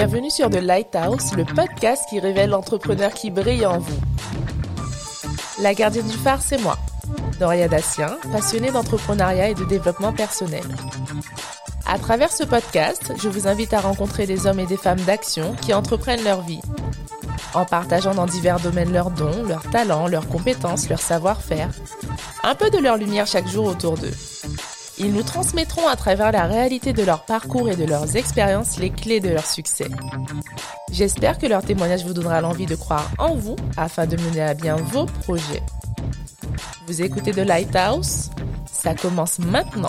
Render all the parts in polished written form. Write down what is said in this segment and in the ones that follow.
Bienvenue sur The Lighthouse, le podcast qui révèle l'entrepreneur qui brille en vous. La gardienne du phare, c'est moi, Doria Dassien, passionnée d'entrepreneuriat et de développement personnel. À travers ce podcast, je vous invite à rencontrer des hommes et des femmes d'action qui entreprennent leur vie, en partageant dans divers domaines leurs dons, leurs talents, leurs compétences, leur savoir-faire, un peu de leur lumière chaque jour autour d'eux. Ils nous transmettront à travers la réalité de leur parcours et de leurs expériences les clés de leur succès. J'espère que leur témoignage vous donnera l'envie de croire en vous afin de mener à bien vos projets. Vous écoutez The Lighthouse? Ça commence maintenant.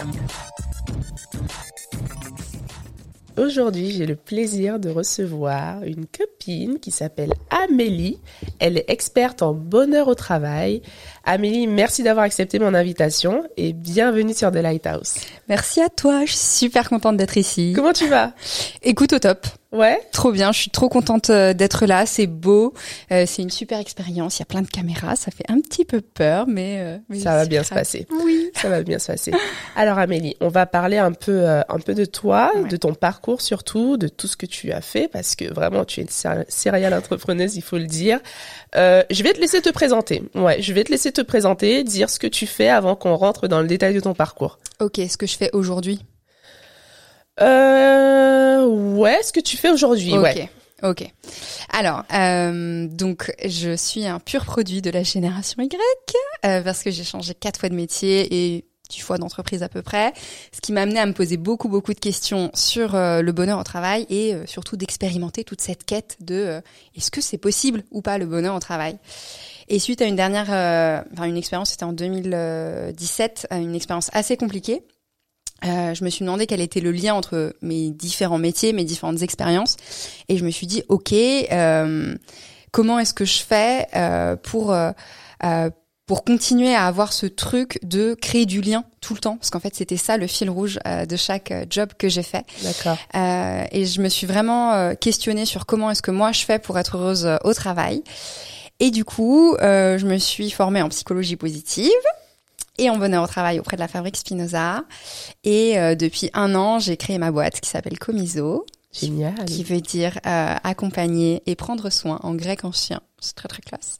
Aujourd'hui, j'ai le plaisir de recevoir une copine qui s'appelle Amélie. Elle est experte en bonheur au travail. Amélie, merci d'avoir accepté mon invitation et bienvenue sur The Lighthouse. Merci à toi, je suis super contente d'être ici. Comment tu vas? Écoute, au top. Ouais. Trop bien, je suis trop contente d'être là, c'est beau, c'est une super expérience, il y a plein de caméras, ça fait un petit peu peur, mais ça va bien se passer. Oui. Ça va bien se passer. Alors Amélie, on va parler un peu de toi, ouais. De ton parcours surtout, de tout ce que tu as fait, parce que vraiment tu es une serial entrepreneuse, il faut le dire. Je vais te laisser te présenter. Ouais, je vais te laisser te présenter, dire ce que tu fais avant qu'on rentre dans le détail de ton parcours. Ok, ce que je fais aujourd'hui. Ouais, ce que tu fais aujourd'hui, okay. Ouais. Ok. Alors, donc, je suis un pur produit de la génération Y, parce que j'ai changé 4 fois de métier et 10 fois d'entreprise à peu près, ce qui m'a amené à me poser beaucoup de questions sur le bonheur au travail et surtout d'expérimenter toute cette quête de est-ce que c'est possible ou pas le bonheur au travail. Et suite à une une expérience, c'était en 2017, une expérience assez compliquée. Je me suis demandé quel était le lien entre mes différents métiers, mes différentes expériences, et je me suis dit ok, comment est-ce que je fais pour continuer à avoir ce truc de créer du lien tout le temps, parce qu'en fait c'était ça le fil rouge de chaque job que j'ai fait. D'accord. Et je me suis vraiment questionnée sur comment est-ce que moi je fais pour être heureuse au travail. Et du coup, je me suis formée en psychologie positive et en bonheur au travail auprès de la Fabrique Spinoza. Et depuis 1 an, j'ai créé ma boîte qui s'appelle Comiso. Génial. Qui veut dire accompagner et prendre soin en grec ancien. C'est très classe.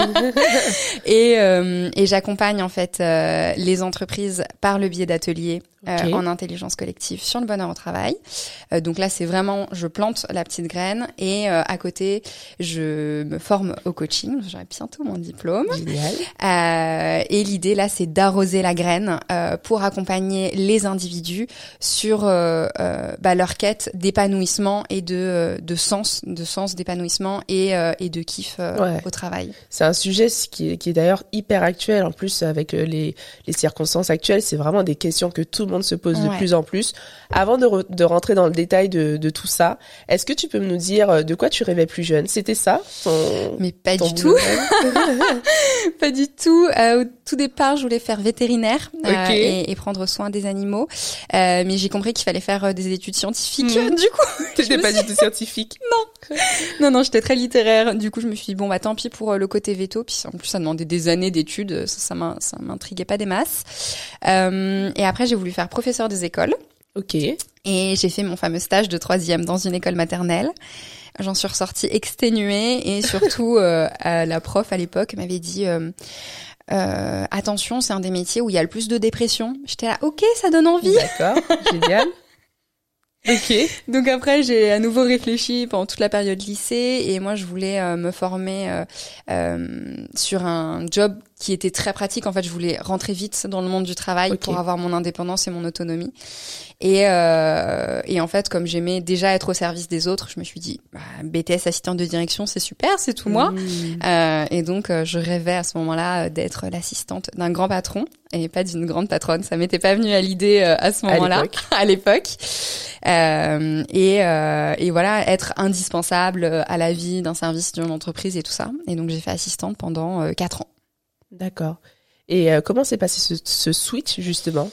Et j'accompagne en fait les entreprises par le biais d'ateliers en intelligence collective sur le bonheur au travail. Donc là, c'est vraiment, je plante la petite graine et à côté, je me forme au coaching. J'aurai bientôt mon diplôme. Génial. Et l'idée là, c'est d'arroser la graine pour accompagner les individus sur leur quête d'épanouissement et de sens d'épanouissement et de kiff au travail. C'est un sujet qui est d'ailleurs hyper actuel. En plus, avec les circonstances actuelles, c'est vraiment des questions que tout le monde se pose de plus en plus. Avant de rentrer dans le détail de tout ça, est-ce que tu peux nous dire de quoi tu rêvais plus jeune? C'était ça Mais pas du tout. Pas du tout. Au tout départ, je voulais faire vétérinaire et prendre soin des animaux. Mais j'ai compris qu'il fallait faire des études scientifiques. Du coup, t'étais pas du tout scientifique. Non, j'étais très littéraire. Du coup, je me suis dit bon tant pis pour le côté veto. Puis en plus, ça demandait des années d'études. Ça m'intriguait pas des masses. Et après, j'ai voulu faire professeur des écoles. Ok. Et j'ai fait mon fameux stage de 3e dans une école maternelle. J'en suis ressortie exténuée et surtout la prof à l'époque m'avait dit attention, c'est un des métiers où il y a le plus de dépression. J'étais là, ok, ça donne envie. D'accord, génial. Ok. Donc après, j'ai à nouveau réfléchi pendant toute la période lycée et moi, je voulais me former sur un job qui était très pratique. En fait, je voulais rentrer vite dans le monde du travail pour avoir mon indépendance et mon autonomie. Et en fait, comme j'aimais déjà être au service des autres, je me suis dit, BTS assistante de direction, c'est super, c'est tout moi. Et donc, je rêvais à ce moment-là d'être l'assistante d'un grand patron et pas d'une grande patronne. Ça m'était pas venu à l'idée à ce moment-là, à l'époque. Et voilà, être indispensable à la vie d'un service d'une entreprise et tout ça. Et donc, j'ai fait assistante pendant 4 ans. D'accord. Et comment s'est passé ce switch, justement?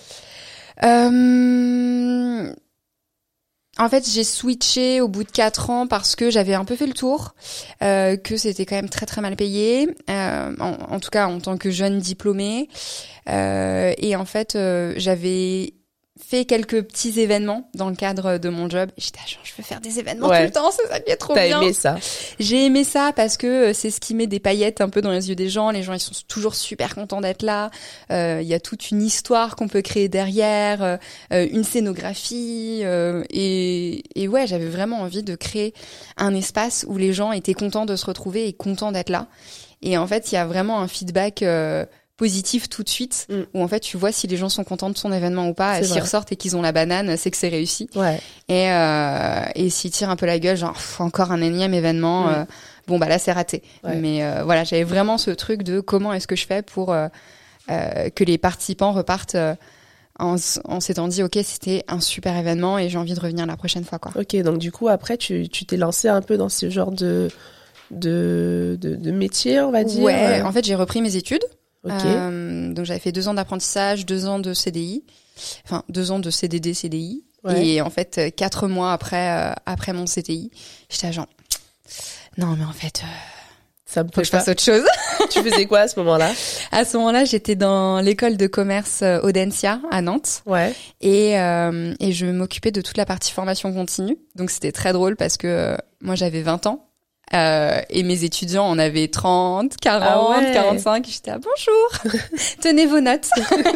En fait, j'ai switché au bout de 4 ans parce que j'avais un peu fait le tour, que c'était quand même très mal payé, en tout cas en tant que jeune diplômée. Et en fait, j'avais fait quelques petits événements dans le cadre de mon job. J'étais genre, je veux faire des événements tout le temps, ça qui est trop bien. T'as aimé ça? J'ai aimé ça parce que c'est ce qui met des paillettes un peu dans les yeux des gens. Les gens, ils sont toujours super contents d'être là. Il y a toute une histoire qu'on peut créer derrière, une scénographie. Et ouais, j'avais vraiment envie de créer un espace où les gens étaient contents de se retrouver et contents d'être là. Et en fait, il y a vraiment un feedback positif tout de suite, où en fait tu vois si les gens sont contents de son événement ou pas. S'ils ressortent et qu'ils ont la banane, c'est que c'est réussi. Ouais. Et s'ils tirent un peu la gueule, genre encore un énième événement, bon bah là c'est raté. Ouais. Mais voilà, j'avais vraiment ce truc de comment est-ce que je fais pour que les participants repartent en s'étant dit ok, c'était un super événement et j'ai envie de revenir la prochaine fois, quoi. Ok, donc du coup après tu t'es lancé un peu dans ce genre de métier, on va dire. Ouais, en fait j'ai repris mes études. Okay. Donc j'avais fait 2 ans d'apprentissage, 2 ans de CDI, enfin 2 ans de CDD, CDI. Ouais. Et en fait 4 mois après mon CDI, j'étais genre non mais en fait ça me faut que je fasse autre chose. Tu faisais quoi à ce moment-là? À ce moment-là, j'étais dans l'école de commerce Audencia à Nantes. Ouais. Et je m'occupais de toute la partie formation continue. Donc c'était très drôle parce que moi j'avais 20 ans. Et mes étudiants en avaient 30, 40, 45. J'étais bonjour, tenez vos notes.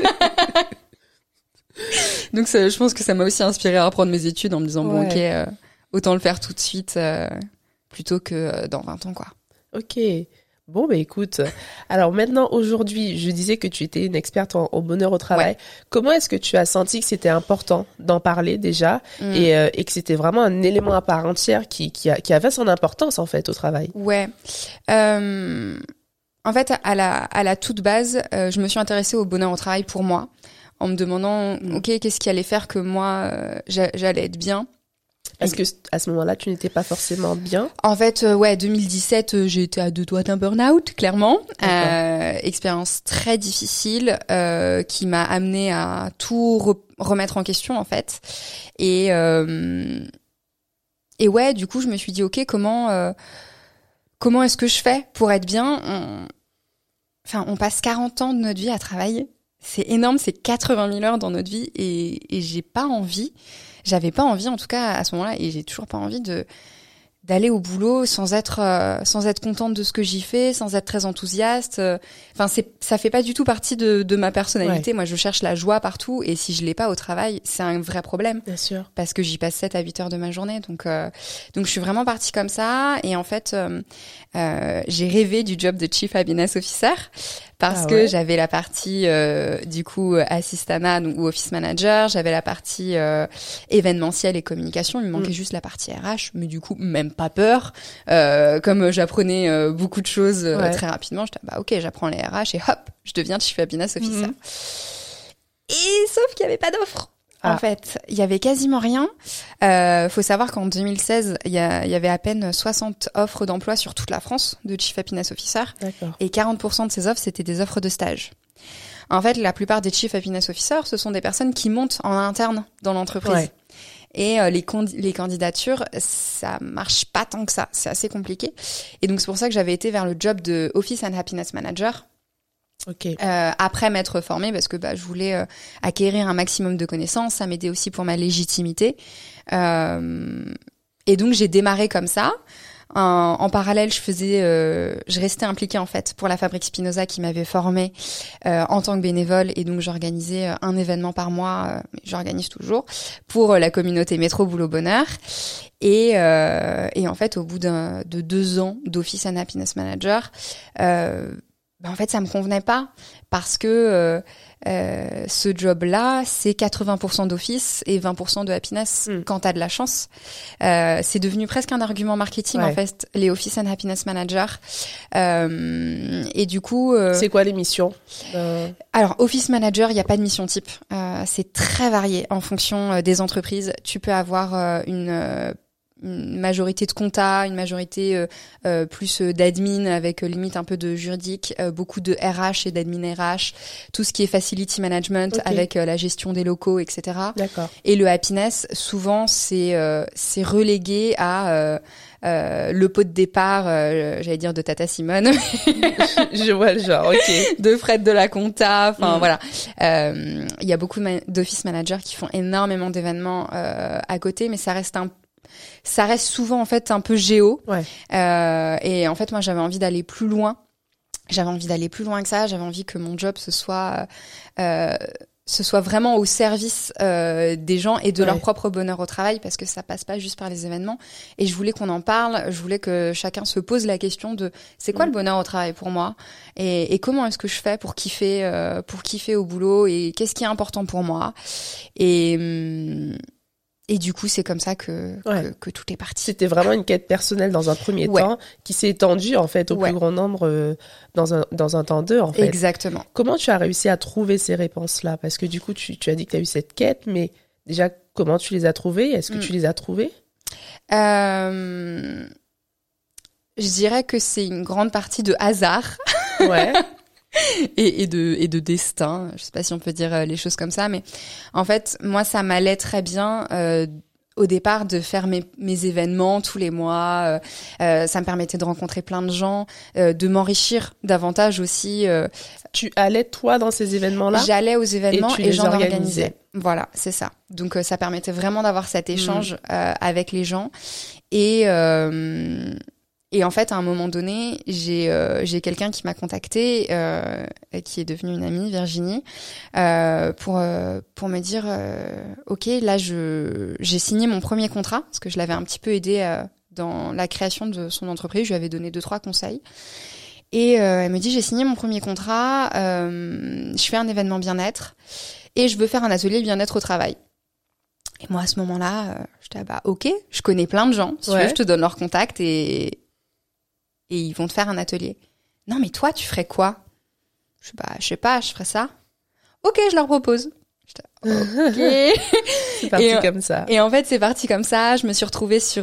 Donc je pense que ça m'a aussi inspiré à reprendre mes études en me disant bon ok, autant le faire tout de suite plutôt que dans 20 ans, quoi. Ok. Bon, bah écoute, alors maintenant, aujourd'hui, je disais que tu étais une experte au bonheur au travail. Ouais. Comment est-ce que tu as senti que c'était important d'en parler déjà et que c'était vraiment un élément à part entière qui avait son importance en fait au travail? Ouais. En fait, à la toute base, je me suis intéressée au bonheur au travail pour moi, en me demandant, ok, qu'est-ce qui allait faire que moi, j'allais être bien. Est-ce que à ce moment-là, tu n'étais pas forcément bien? En fait, 2017, j'ai été à 2 doigts d'un burn-out, clairement. Expérience très difficile qui m'a amenée à tout remettre en question, en fait. Et ouais, du coup, je me suis dit, ok, comment est-ce que je fais pour être bien? On passe 40 ans de notre vie à travailler. C'est énorme, c'est 80 000 heures dans notre vie et j'avais pas envie en tout cas à ce moment-là et j'ai toujours pas envie d'aller au boulot sans être contente de ce que j'y fais, sans être très enthousiaste. Ça fait pas du tout partie de ma personnalité. Ouais. Moi, je cherche la joie partout et si je l'ai pas au travail, c'est un vrai problème. Bien sûr. Parce que j'y passe 7 à 8 heures de ma journée. Donc je suis vraiment partie comme ça et en fait, j'ai rêvé du job de Chief Happiness Officer parce que j'avais la partie du coup assistana ou office manager, j'avais la partie événementielle et communication, il me manquait juste la partie RH, mais du coup même pas peur. Comme j'apprenais beaucoup de choses très rapidement, j'étais ok, j'apprends les RH et hop, je deviens Chief Happiness Officer. Et sauf qu'il y avait pas d'offre. En fait, il y avait quasiment rien. Faut savoir qu'en 2016, il y avait à peine 60 offres d'emploi sur toute la France de Chief Happiness Officer. D'accord. Et 40% de ces offres, c'était des offres de stage. En fait, la plupart des Chief Happiness Officer, ce sont des personnes qui montent en interne dans l'entreprise. Ouais. Et les candidatures, ça marche pas tant que ça. C'est assez compliqué. Et donc, c'est pour ça que j'avais été vers le job de Office and Happiness Manager. Okay. Après m'être formée parce que je voulais acquérir un maximum de connaissances, ça m'aidait aussi pour ma légitimité et donc j'ai démarré comme ça. En parallèle, je restais impliquée en fait pour la Fabrique Spinoza qui m'avait formée en tant que bénévole et donc j'organisais un événement par mois, j'organise toujours pour la communauté Métro Boulot Bonheur et en fait au bout de 2 ans d'Office and Happiness Manager, en fait, ça me convenait pas parce que ce job-là, c'est 80% d'office et 20% de happiness quand t'as de la chance. C'est devenu presque un argument marketing en fait, les Office and Happiness Managers. Et du coup, c'est quoi les missions Alors, Office Manager, il y a pas de mission type. C'est très varié en fonction des entreprises. Tu peux avoir une majorité de compta, une majorité plus d'admin avec limite un peu de juridique, beaucoup de RH et d'admin RH, tout ce qui est facility management avec la gestion des locaux, etc. D'accord. Et le happiness, souvent, c'est relégué à le pot de départ, j'allais dire de Tata Simone. Je vois le genre, ok. De Fred de la compta, enfin voilà. Il y a beaucoup d'office managers qui font énormément d'événements à côté, mais ça reste souvent en fait un peu géo. Ouais. Et en fait, moi, j'avais envie d'aller plus loin. J'avais envie d'aller plus loin que ça. J'avais envie que mon job ce soit vraiment au service des gens et de leur propre bonheur au travail, parce que ça passe pas juste par les événements. Et je voulais qu'on en parle. Je voulais que chacun se pose la question de c'est quoi le bonheur au travail pour moi, et comment est-ce que je fais pour kiffer au boulot, et qu'est-ce qui est important pour moi. Et du coup, c'est comme ça que tout est parti. C'était vraiment une quête personnelle dans un premier temps, qui s'est étendue en fait au plus grand nombre dans un temps deux en fait. Exactement. Comment tu as réussi à trouver ces réponses-là? Parce que du coup, tu as dit que tu as eu cette quête, mais déjà, comment tu les as trouvées? Est-ce que tu les as trouvées? Je dirais que c'est une grande partie de hasard. Ouais. et de destin, je sais pas si on peut dire les choses comme ça, mais en fait moi ça m'allait très bien au départ de faire mes événements tous les mois. Ça me permettait de rencontrer plein de gens, de m'enrichir davantage aussi. Tu allais toi dans ces événements-là? J'allais aux événements et j'en organisais. Voilà, c'est ça. Donc ça permettait vraiment d'avoir cet échange avec les gens. Et en fait, à un moment donné, j'ai quelqu'un qui m'a contactée, qui est devenue une amie, Virginie, pour me dire, ok, là j'ai signé mon premier contrat, parce que je l'avais un petit peu aidé dans la création de son entreprise. Je lui avais donné 2-3 conseils. Et elle me dit, j'ai signé mon premier contrat, je fais un événement bien-être et je veux faire un atelier bien-être au travail. Et moi, à ce moment-là, j'étais ok, je connais plein de gens. Si tu veux, je te donne leur contact et ils vont te faire un atelier. Non, mais toi, tu ferais quoi? Je sais pas, je ferais ça. Ok, je leur propose. Ok. C'est parti comme ça. Et en fait, c'est parti comme ça. Je me suis retrouvée sur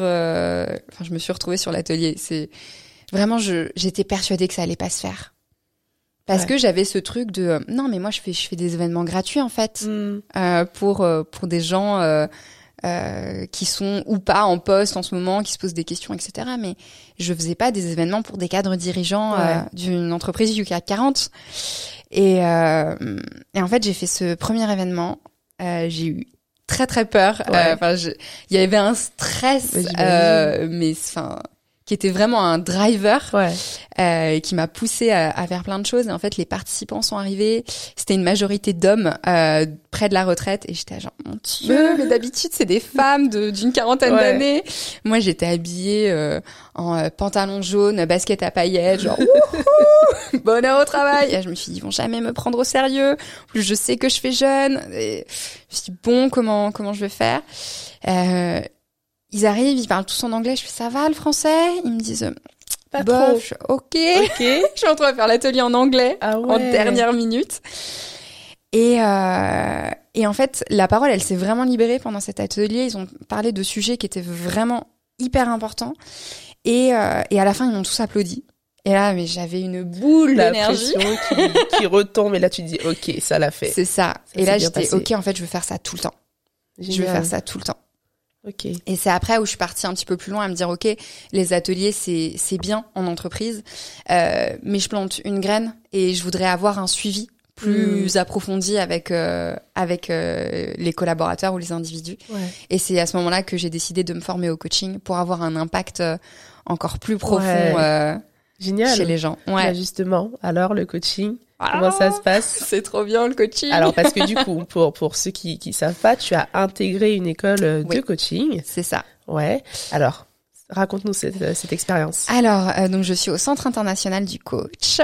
l'atelier. C'est vraiment, j'étais persuadée que ça allait pas se faire. Parce que j'avais ce truc de non, mais moi je fais des événements gratuits en fait pour des gens qui sont ou pas en poste en ce moment, qui se posent des questions, etc. Mais je faisais pas des événements pour des cadres dirigeants d'une entreprise du CAC 40. Et en fait, j'ai fait ce premier événement. J'ai eu très très peur. Il y avait un stress, mais enfin, qui était vraiment un driver, qui m'a poussée à faire plein de choses. Et en fait, les participants sont arrivés. C'était une majorité d'hommes près de la retraite. Et j'étais genre, mon Dieu, mais d'habitude, c'est des femmes d'une quarantaine d'années. Moi, j'étais habillée en pantalon jaune, basket à paillettes, genre, wouhou, bonheur au travail. Et je me suis dit, ils vont jamais me prendre au sérieux. En plus, je sais que je fais jeune. Et je me suis dit, bon, comment je vais faire? Ils arrivent, ils parlent tous en anglais. Je fais, ça va le français? Ils me disent, pas trop. Je fais, ok. Je me retrouve à faire l'atelier en anglais en dernière minute. Et en fait, la parole, elle s'est vraiment libérée pendant cet atelier. Ils ont parlé de sujets qui étaient vraiment hyper importants. Et à la fin, ils m'ont tous applaudi. Et là, mais j'avais une boule d'énergie. La pression qui retombe. Et là, tu dis, ok, ça l'a fait. C'est ça. Et là, j'étais, ok, en fait, je veux faire ça tout le temps. Génial. Je veux faire ça tout le temps. Okay. Et c'est après où je suis partie un petit peu plus loin à me dire, ok, les ateliers, c'est bien en entreprise, mais je plante une graine et je voudrais avoir un suivi plus approfondi avec les collaborateurs ou les individus. Et c'est à ce moment-là que j'ai décidé de me former au coaching pour avoir un impact encore plus profond génial. Chez les gens. Bah justement, alors le coaching, comment ça se passe? C'est trop bien le coaching. Alors parce que du coup, pour ceux qui savent pas, tu as intégré une école de coaching. C'est ça. Ouais. Alors, raconte-nous cette expérience. Alors, donc je suis au Centre international du coach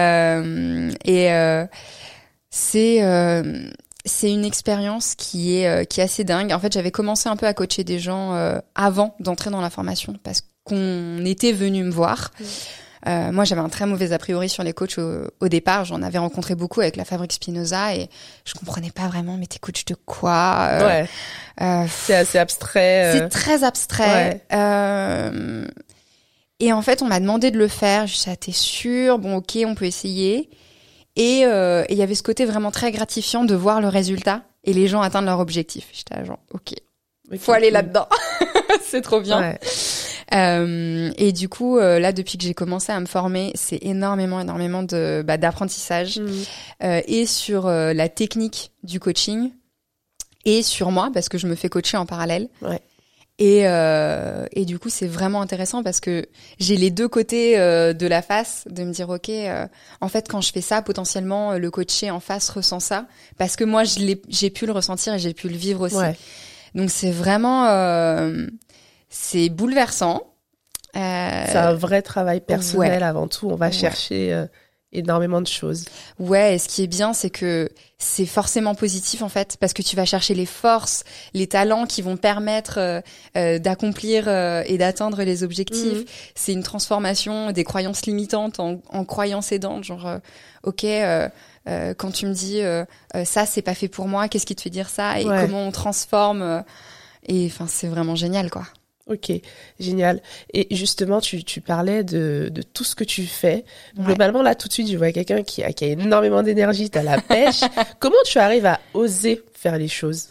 c'est une expérience qui est assez dingue. En fait, j'avais commencé un peu à coacher des gens avant d'entrer dans la formation parce qu'on était venu me voir. Moi, j'avais un très mauvais a priori sur les coachs au départ. J'en avais rencontré beaucoup avec la Fabrique Spinoza et je comprenais pas vraiment, mais t'es coach de quoi? C'est assez abstrait. C'est très abstrait. Ouais. Et en fait, on m'a demandé de le faire. Je suis dit, t'es sûre? Bon, ok, on peut essayer. Et il y avait ce côté vraiment très gratifiant de voir le résultat et les gens atteindre leur objectif. J'étais là, genre, ok, faut aller là-dedans. C'est trop bien. Ouais. Et du coup, là, depuis que j'ai commencé à me former, c'est énormément d'apprentissage et sur la technique du coaching et sur moi parce que je me fais coacher en parallèle. Ouais. Et du coup, c'est vraiment intéressant parce que j'ai les deux côtés de la face de me dire, ok, en fait, quand je fais ça, potentiellement, le coaché en face ressent ça parce que moi, j'ai pu le ressentir et j'ai pu le vivre aussi. Ouais. Donc, c'est vraiment, c'est bouleversant. C'est un vrai travail personnel avant tout. On va chercher énormément de choses. Ouais, et ce qui est bien, c'est que c'est forcément positif en fait, parce que tu vas chercher les forces, les talents qui vont permettre d'accomplir et d'atteindre les objectifs. C'est une transformation des croyances limitantes en croyances aidantes, genre ok, quand tu me dis ça c'est pas fait pour moi, qu'est-ce qui te fait dire ça et comment on transforme et enfin c'est vraiment génial quoi. Ok, génial. Et justement, tu parlais de tout ce que tu fais. Globalement, là, tout de suite, je vois quelqu'un qui a énormément d'énergie, t'as la pêche. Comment tu arrives à oser faire les choses?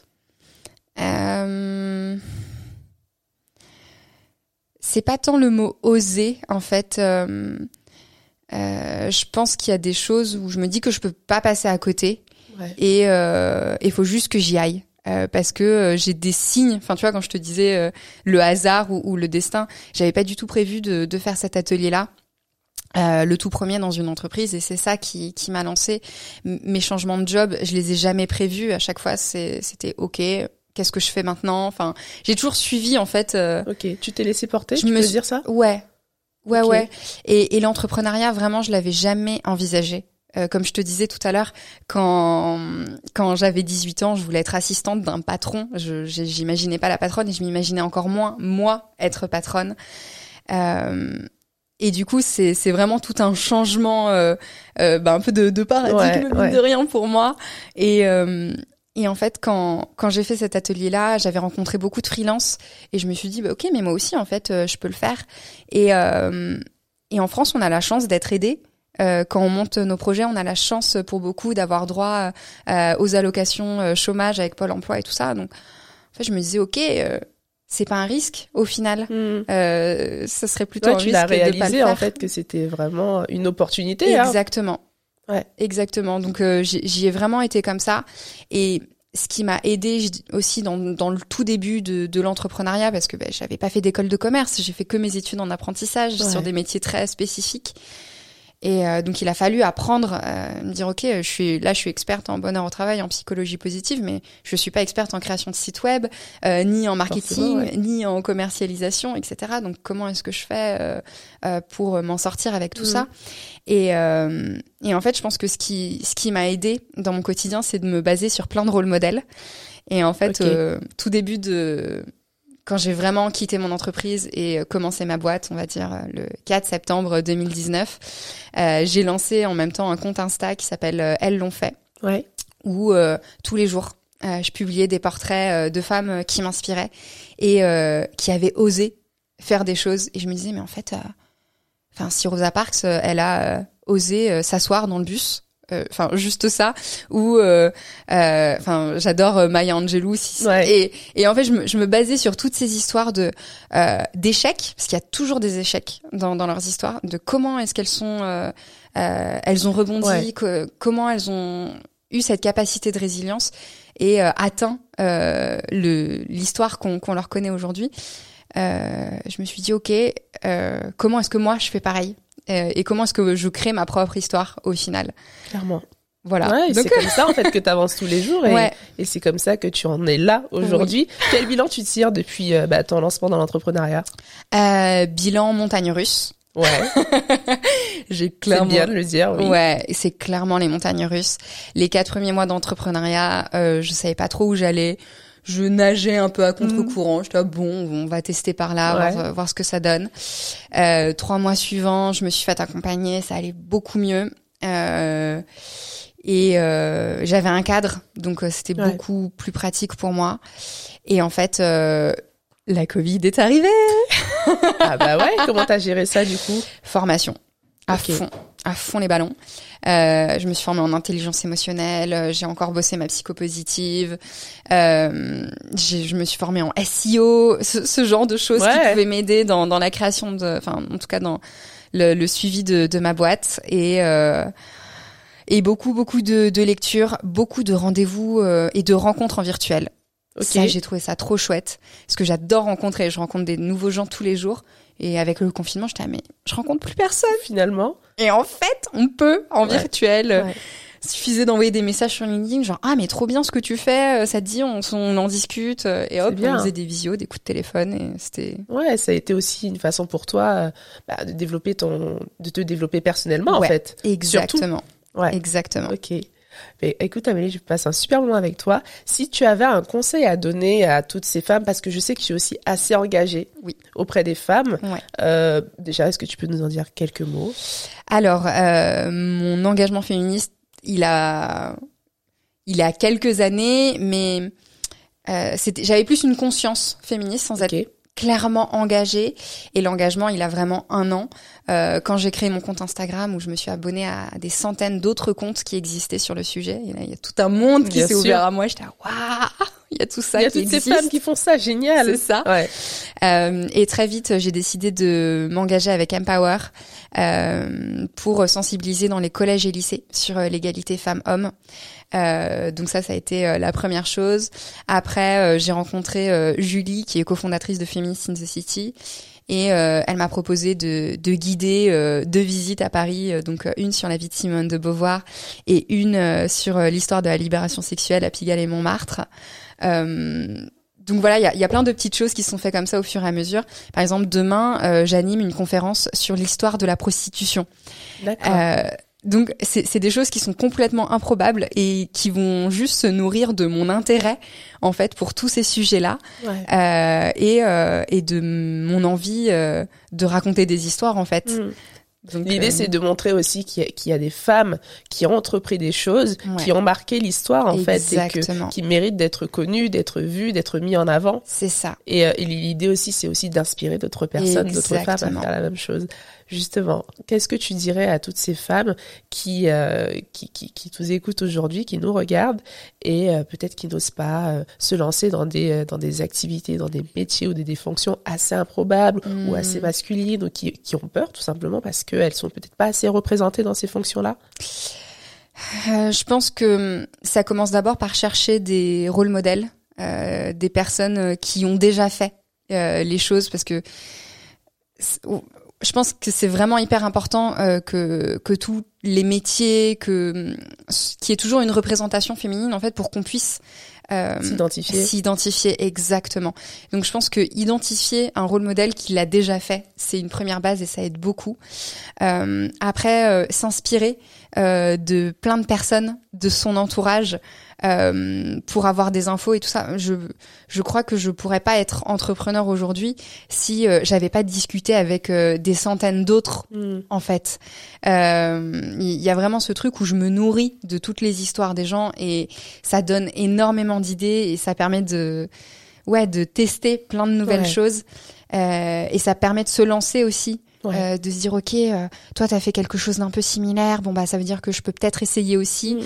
C'est pas tant le mot oser, en fait. Je pense qu'il y a des choses où je me dis que je peux pas passer à côté. Ouais. Et il faut juste que j'y aille. Parce que j'ai des signes, enfin tu vois quand je te disais le hasard ou le destin, j'avais pas du tout prévu de faire cet atelier-là, le tout premier dans une entreprise et c'est ça qui m'a lancé. Mes changements de job, je les ai jamais prévus, à chaque fois c'était ok, qu'est-ce que je fais maintenant, enfin j'ai toujours suivi en fait. Ok, tu t'es laissé porter, tu peux dire ça? Ouais, okay. Et l'entrepreneuriat vraiment je l'avais jamais envisagé. Comme je te disais tout à l'heure, quand j'avais 18 ans, je voulais être assistante d'un patron. J'imaginais pas la patronne et je m'imaginais encore moins moi être patronne. Et du coup, c'est vraiment tout un changement, un peu de paradigme mine de rien pour moi. Et en fait, quand j'ai fait cet atelier-là, j'avais rencontré beaucoup de freelance et je me suis dit, ok, mais moi aussi en fait, je peux le faire. Et en France, on a la chance d'être aidé. Quand on monte nos projets, on a la chance pour beaucoup d'avoir droit aux allocations chômage avec Pôle emploi et tout ça. Donc, en fait, je me disais, ok, c'est pas un risque au final. Ça serait plutôt un risque de pas le faire. Tu l'as réalisé en fait que c'était vraiment une opportunité. Exactement. Ouais. Exactement. Donc, j'y ai vraiment été comme ça. Et ce qui m'a aidé aussi dans le tout début de l'entrepreneuriat, parce que j'avais pas fait d'école de commerce, j'ai fait que mes études en apprentissage sur des métiers très spécifiques. Et donc il a fallu apprendre, me dire ok, je suis experte en bonheur au travail, en psychologie positive, mais je suis pas experte en création de site web, ni en marketing, ni en commercialisation, etc. Donc comment est-ce que je fais pour m'en sortir avec tout ça? Et en fait, je pense que ce qui m'a aidé dans mon quotidien, c'est de me baser sur plein de rôles modèles. Et en fait, tout début quand j'ai vraiment quitté mon entreprise et commencé ma boîte, on va dire le 4 septembre 2019, j'ai lancé en même temps un compte Insta qui s'appelle Elles l'ont fait, où tous les jours, je publiais des portraits de femmes qui m'inspiraient et qui avaient osé faire des choses. Et je me disais, mais en fait, si Rosa Parks, elle a osé s'asseoir dans le bus, juste ça, ou j'adore Maya Angelou et en fait je me basais sur toutes ces histoires d'échecs, parce qu'il y a toujours des échecs dans leurs histoires, de comment est-ce qu'elles sont elles ont rebondi, comment elles ont eu cette capacité de résilience et atteint l'histoire qu'on leur connaît aujourd'hui. Je me suis dit ok, comment est-ce que moi je fais pareil? Et comment est-ce que je crée ma propre histoire au final? Clairement. Voilà. Ouais, donc... c'est comme ça en fait que tu avances tous les jours et c'est comme ça que tu en es là aujourd'hui. Oui. Quel bilan tu tires depuis ton lancement dans l'entrepreneuriat? Bilan montagne russe. Ouais. J'ai clairement... C'est bien de le dire, oui. Ouais, c'est clairement les montagnes russes. Les 4 premiers mois d'entrepreneuriat, je savais pas trop où j'allais. Je nageais un peu à contre-courant. J'étais on va tester par là, voir ce que ça donne. 3 mois suivants, je me suis fait accompagner, ça allait beaucoup mieux. Et j'avais un cadre, donc c'était beaucoup plus pratique pour moi. Et en fait, la Covid est arrivée. Ah bah ouais, comment t'as géré ça du coup? Formation, à fond les ballons. Je me suis formée en intelligence émotionnelle, j'ai encore bossé ma psychopositive, je me suis formée en SEO, ce genre de choses qui pouvaient m'aider dans la création enfin en tout cas dans le suivi de ma boîte et beaucoup de lectures, beaucoup de rendez-vous et de rencontres en virtuel. Ça, j'ai trouvé ça trop chouette parce que j'adore rencontrer. Je rencontre des nouveaux gens tous les jours. Et avec le confinement, j'étais mais je rencontre plus personne finalement. Et en fait, on peut en virtuel. Il suffisait d'envoyer des messages sur LinkedIn, genre mais trop bien ce que tu fais, ça te dit, on en discute et hop, on faisait des visios, des coups de téléphone et c'était. Ouais, ça a été aussi une façon pour toi de te développer personnellement en fait. Exactement. Surtout. Ouais. Exactement. Ok. Mais écoute Amélie, je passe un super moment avec toi. Si tu avais un conseil à donner à toutes ces femmes, parce que je sais que tu es aussi assez engagée auprès des femmes, déjà, est-ce que tu peux nous en dire quelques mots? Alors, mon engagement féministe, il a quelques années, mais j'avais plus une conscience féministe sans être clairement engagée. Et l'engagement, il a vraiment 1 an. Quand j'ai créé mon compte Instagram où je me suis abonnée à des centaines d'autres comptes qui existaient sur le sujet. Et là, il y a tout un monde qui s'est ouvert à moi. J'étais waouh, il y a tout ça qui existe. Il y a toutes ces femmes qui font ça, génial. C'est ça. Ouais. Et très vite, j'ai décidé de m'engager avec Empower pour sensibiliser dans les collèges et lycées sur l'égalité femmes-hommes. Donc ça a été la première chose. Après, j'ai rencontré Julie, qui est cofondatrice de Feminist in the City. Et elle m'a proposé de guider 2 visites à Paris, donc une sur la vie de Simone de Beauvoir et une sur l'histoire de la libération sexuelle à Pigalle et Montmartre. Donc voilà, il y a plein de petites choses qui se sont faites comme ça au fur et à mesure. Par exemple, demain, j'anime une conférence sur l'histoire de la prostitution. D'accord. Donc c'est des choses qui sont complètement improbables et qui vont juste se nourrir de mon intérêt en fait pour tous ces sujets-là et de mon envie de raconter des histoires en fait. Donc, l'idée, c'est de montrer aussi qu'il y a des femmes qui ont entrepris des choses, qui ont marqué l'histoire, en fait, et qui méritent d'être connues, d'être vues, d'être mis en avant. C'est ça. Et l'idée aussi, c'est aussi d'inspirer d'autres personnes, d'autres femmes à faire la même chose. Justement, qu'est-ce que tu dirais à toutes ces femmes qui nous écoutent aujourd'hui, qui nous regardent et peut-être qui n'osent pas se lancer dans des activités, dans des métiers ou des fonctions assez improbables ou assez masculines ou qui ont peur tout simplement parce qu'elles sont peut-être pas assez représentées dans ces fonctions-là? Je pense que ça commence d'abord par chercher des rôles modèles, des personnes qui ont déjà fait les choses parce que je pense que c'est vraiment hyper important que tous les métiers, qu'il y ait toujours une représentation féminine en fait pour qu'on puisse s'identifier exactement. Donc je pense que identifier un rôle modèle qui l'a déjà fait, c'est une première base et ça aide beaucoup. Après s'inspirer de plein de personnes de son entourage pour avoir des infos et tout ça. Je crois que je pourrais pas être entrepreneur aujourd'hui si j'avais pas discuté avec des centaines d'autres en fait. Il y a vraiment ce truc où je me nourris de toutes les histoires des gens et ça donne énormément d'idées et ça permet de tester plein de nouvelles choses et ça permet de se lancer aussi. De se dire ok, toi t'as fait quelque chose d'un peu similaire, bon bah ça veut dire que je peux peut-être essayer aussi.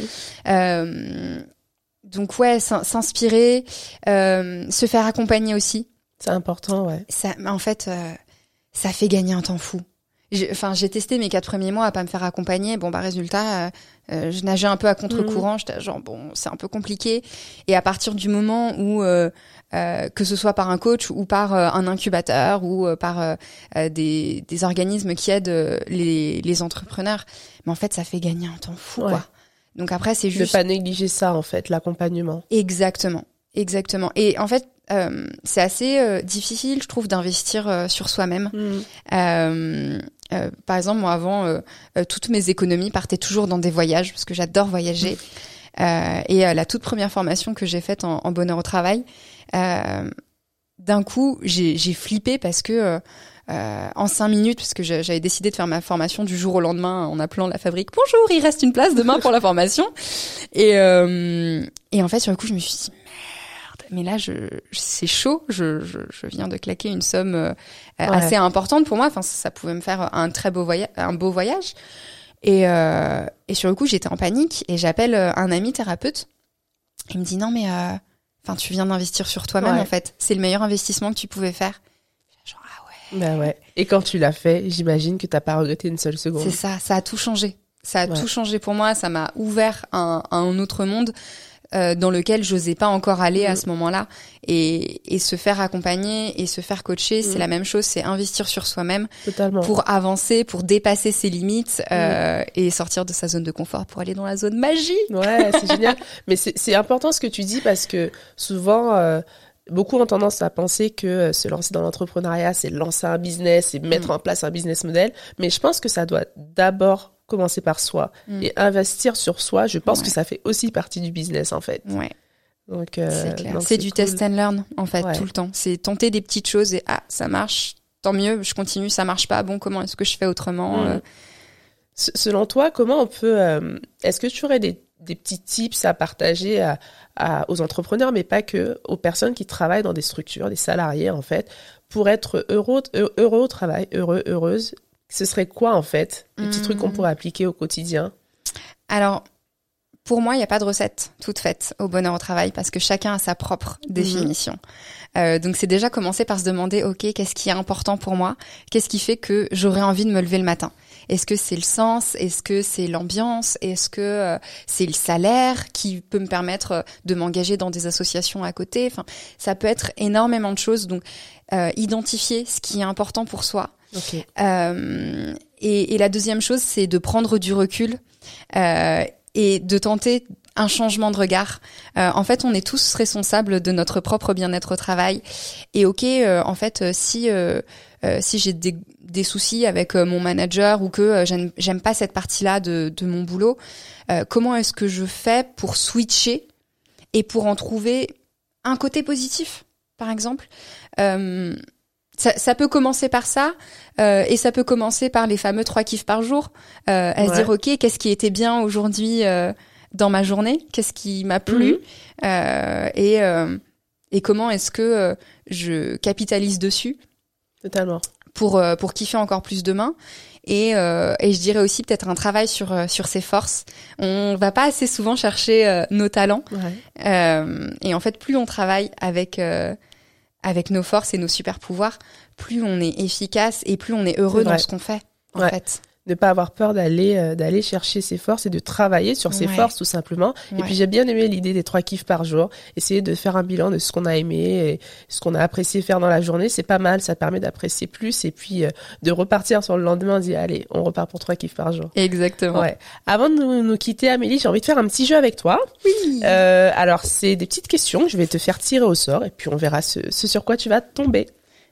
Donc s'inspirer, se faire accompagner aussi. C'est important, Ça, en fait, ça fait gagner un temps fou. J'ai testé mes 4 premiers mois à pas me faire accompagner. Bon bah résultat, je nageais un peu à contre-courant. J'étais genre bon, c'est un peu compliqué. Et à partir du moment où que ce soit par un coach ou par un incubateur ou par des organismes qui aident les entrepreneurs, mais en fait ça fait gagner un temps fou quoi. Donc après c'est juste ne pas négliger ça en fait, l'accompagnement. Exactement. Et en fait c'est assez difficile je trouve d'investir sur soi-même. Par exemple moi avant toutes mes économies partaient toujours dans des voyages parce que j'adore voyager. Et la toute première formation que j'ai faite en bonheur au travail, d'un coup, j'ai flippé parce que en 5 minutes, parce que j'avais décidé de faire ma formation du jour au lendemain en appelant la fabrique. Bonjour, il reste une place demain pour la formation. Et en fait, sur le coup, je me suis dit merde, mais là, c'est chaud. Je viens de claquer une somme assez importante pour moi. Enfin, ça pouvait me faire un beau voyage. Et sur le coup, j'étais en panique et j'appelle un ami thérapeute. Il me dit non mais tu viens d'investir sur toi-même en fait. C'est le meilleur investissement que tu pouvais faire. Genre Bah ouais. Et quand tu l'as fait, j'imagine que t'as pas regretté une seule seconde. C'est ça a tout changé. Ça a tout changé pour moi. Ça m'a ouvert un autre monde dans lequel j'osais pas encore aller à ce moment-là. Et se faire accompagner et se faire coacher, c'est la même chose. C'est investir sur soi-même. Totalement. Pour avancer, pour dépasser ses limites et sortir de sa zone de confort pour aller dans la zone magie. Ouais, c'est génial. Mais c'est important ce que tu dis parce que souvent, beaucoup ont tendance à penser que se lancer dans l'entrepreneuriat, c'est lancer un business et mettre en place un business model. Mais je pense que ça doit d'abord commencer par soi et investir sur soi. Je pense que ça fait aussi partie du business en fait. Ouais. Donc, c'est clair. donc c'est du cool. test and learn en fait tout le temps. C'est tenter des petites choses et ça marche, tant mieux. Je continue, ça marche pas. Bon, comment est-ce que je fais autrement Selon toi, comment on peut est-ce que tu aurais des petits tips à partager aux entrepreneurs, mais pas que, aux personnes qui travaillent dans des structures, des salariés en fait, pour être heureux au travail, heureuse. Ce serait quoi en fait, les petits trucs qu'on pourrait appliquer au quotidien? Alors, pour moi, il n'y a pas de recette toute faite au bonheur au travail parce que chacun a sa propre définition. Donc, c'est déjà commencer par se demander, OK, qu'est-ce qui est important pour moi? Qu'est-ce qui fait que j'aurais envie de me lever le matin? Est-ce que c'est le sens? Est-ce que c'est l'ambiance? Est-ce que c'est le salaire qui peut me permettre de m'engager dans des associations à côté? Enfin, ça peut être énormément de choses. Donc, identifier ce qui est important pour soi. Okay. Et la deuxième chose, c'est de prendre du recul et de tenter un changement de regard. En fait, on est tous responsables de notre propre bien-être au travail. Et en fait, si j'ai des soucis avec mon manager ou que j'aime pas cette partie-là de mon boulot, comment est-ce que je fais pour switcher et pour en trouver un côté positif, par exemple? Ça peut commencer par ça, et ça peut commencer par les fameux 3 kiffs par jour. À se dire, OK, qu'est-ce qui était bien aujourd'hui dans ma journée? Qu'est-ce qui m'a plu? Et comment est-ce que je capitalise dessus? Totalement. Pour kiffer encore plus demain. Et je dirais aussi peut-être un travail sur ses forces. On va pas assez souvent chercher nos talents. Et en fait, plus on travaille avec nos forces et nos super pouvoirs, plus on est efficace et plus on est heureux dans ce qu'on fait, en fait. Ne pas avoir peur d'aller chercher ses forces et de travailler sur ses forces, tout simplement. Et puis, j'ai bien aimé l'idée des 3 kiffs par jour. Essayer de faire un bilan de ce qu'on a aimé et ce qu'on a apprécié faire dans la journée. C'est pas mal. Ça permet d'apprécier plus et puis de repartir sur le lendemain et dire, allez, on repart pour 3 kiffs par jour. Exactement. Ouais. Avant de nous quitter, Amélie, j'ai envie de faire un petit jeu avec toi. Oui. Alors, c'est des petites questions. Je vais te faire tirer au sort et puis on verra ce sur quoi tu vas tomber.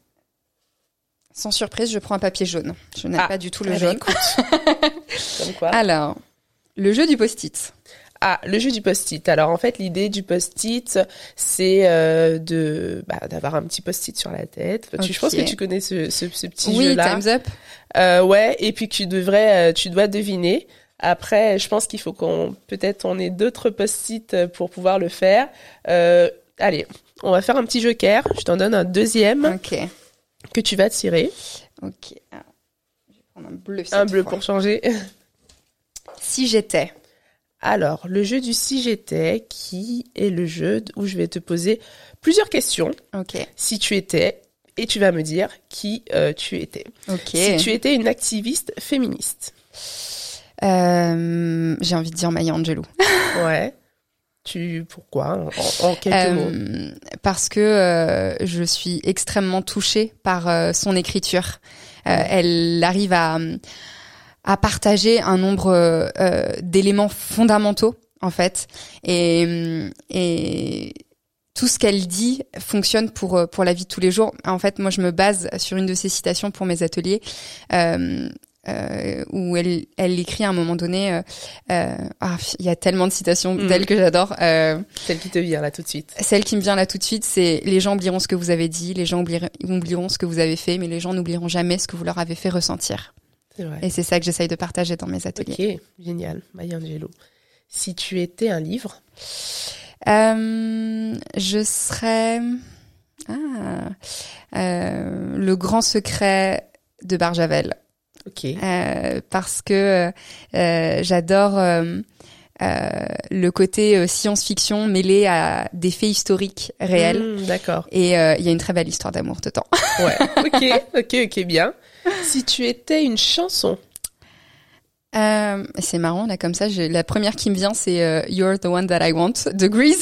Sans surprise, je prends un papier jaune. Je n'aime pas du tout le jaune. Comme quoi. Alors, le jeu du post-it. Ah, le jeu du post-it. Alors, en fait, l'idée du post-it, c'est d'avoir un petit post-it sur la tête. Okay. Je pense que tu connais ce petit jeu-là. Oui, Time's Up. Ouais, et puis tu dois deviner. Après, je pense qu'il faut on ait d'autres post-it pour pouvoir le faire. Allez, on va faire un petit joker. Je t'en donne un deuxième. Ok. Que tu vas tirer. Ok. Alors, je vais prendre un bleu. Un bleu pour changer. Si j'étais. Alors, le jeu du si j'étais, qui est le jeu où je vais te poser plusieurs questions. Ok. Si tu étais, et tu vas me dire qui tu étais. Ok. Si tu étais une activiste féministe. J'ai envie de dire Maya Angelou. Ouais. Pourquoi en quelques mots? Parce que je suis extrêmement touchée par son écriture. Elle arrive à partager un nombre d'éléments fondamentaux en fait, et tout ce qu'elle dit fonctionne pour la vie de tous les jours. En fait, moi, je me base sur une de ses citations pour mes ateliers. où elle écrit à un moment donné. Il y a tellement de citations d'elle que j'adore. Celle qui te vient là tout de suite. Celle qui me vient là tout de suite, c'est les gens oublieront ce que vous avez dit, les gens oublieront ce que vous avez fait, mais les gens n'oublieront jamais ce que vous leur avez fait ressentir. C'est vrai. Et c'est ça que j'essaye de partager dans mes ateliers. Ok, génial, Maya Angelou. Si tu étais un livre, je serais Le Grand Secret de Barjavel. Ok. Parce que j'adore le côté science-fiction mêlé à des faits historiques réels. D'accord. Et il y a une très belle histoire d'amour dedans. Ouais. Ok, bien. Si tu étais une chanson. C'est marrant, là, comme ça, la première qui me vient, c'est You're the One That I Want de Grease.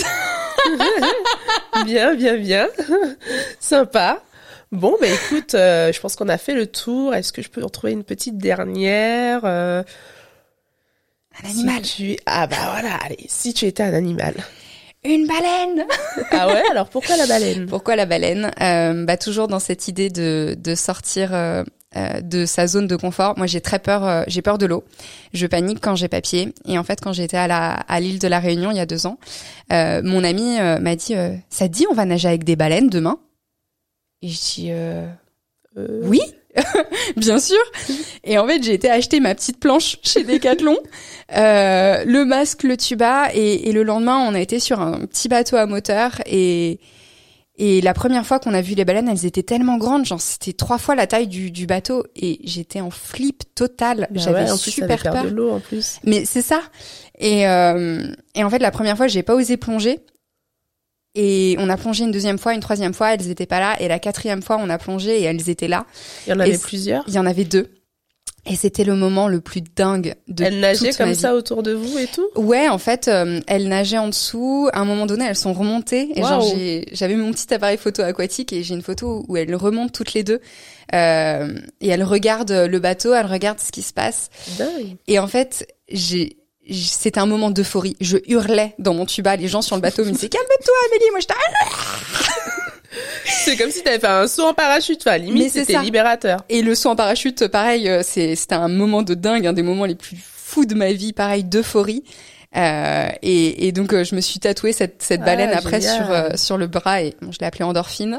Bien. Sympa. Bon, bah écoute, je pense qu'on a fait le tour. Est-ce que je peux en trouver une petite dernière Un animal. Ah bah voilà, allez, si tu étais un animal. Une baleine. Ah ouais, alors pourquoi la baleine? Pourquoi la baleine? Toujours dans cette idée de sortir de sa zone de confort. Moi, j'ai peur de l'eau. Je panique quand j'ai pas pied. Et en fait, quand j'étais à l'île de la Réunion il y a 2 ans, mon ami m'a dit ça te dit on va nager avec des baleines demain? Et je dis oui, bien sûr. Et en fait, j'ai été acheter ma petite planche chez Decathlon, le masque, le tuba, et le lendemain, on a été sur un petit bateau à moteur et la première fois qu'on a vu les baleines, elles étaient tellement grandes, genre c'était 3 fois la taille du bateau, et j'étais en flip total. Bah J'avais en plus, super ça avait peur. de l'eau en plus. Mais c'est ça. Et en fait, la première fois, j'ai pas osé plonger. Et on a plongé une 2e fois, une 3e fois, elles étaient pas là. Et la 4e fois, on a plongé et elles étaient là. Il y en avait plusieurs? Il y en avait 2. Et c'était le moment le plus dingue de toute ma vie. Elles nageaient comme ça autour de vous et tout? Ouais, en fait, elles nageaient en dessous. À un moment donné, elles sont remontées. Et genre, j'avais mon petit appareil photo aquatique et j'ai une photo où elles remontent toutes les 2. Et elles regardent le bateau, elles regardent ce qui se passe. Dingue. Et en fait, c'était un moment d'euphorie. Je hurlais dans mon tuba. Les gens sur le bateau me disaient « Calme-toi, Amélie !» Moi, j'étais... C'est comme si t'avais fait un saut en parachute. Enfin, limite, c'était libérateur. Et le saut en parachute, pareil, c'était un moment de dingue, un des moments les plus fous de ma vie, pareil, d'euphorie. Et donc, je me suis tatouée cette baleine après sur le bras et je l'ai appelée Endorphine.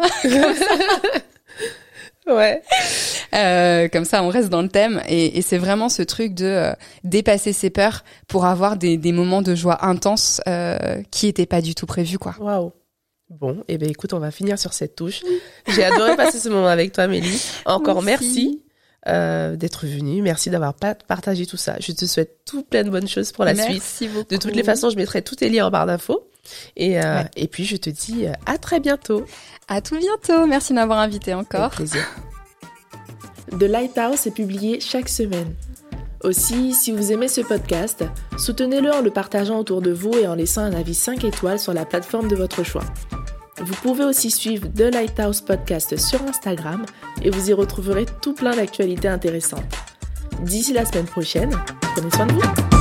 Ouais. Comme ça, on reste dans le thème. Et c'est vraiment ce truc de dépasser ses peurs pour avoir des moments de joie intense qui étaient pas du tout prévus, quoi. Waouh. Bon, et ben écoute, on va finir sur cette touche. J'ai adoré passer ce moment avec toi, Amélie. Encore merci d'être venue. Merci d'avoir partagé tout ça. Je te souhaite tout plein de bonnes choses pour la suite. Merci beaucoup. De toutes les façons, je mettrai tous tes liens en barre d'infos. Et puis, je te dis à très bientôt. À tout bientôt. Merci de m'avoir invité encore. Avec plaisir. The Lighthouse est publié chaque semaine. Aussi, si vous aimez ce podcast, soutenez-le en le partageant autour de vous et en laissant un avis 5 étoiles sur la plateforme de votre choix. Vous pouvez aussi suivre The Lighthouse Podcast sur Instagram et vous y retrouverez tout plein d'actualités intéressantes. D'ici la semaine prochaine, prenez soin de vous.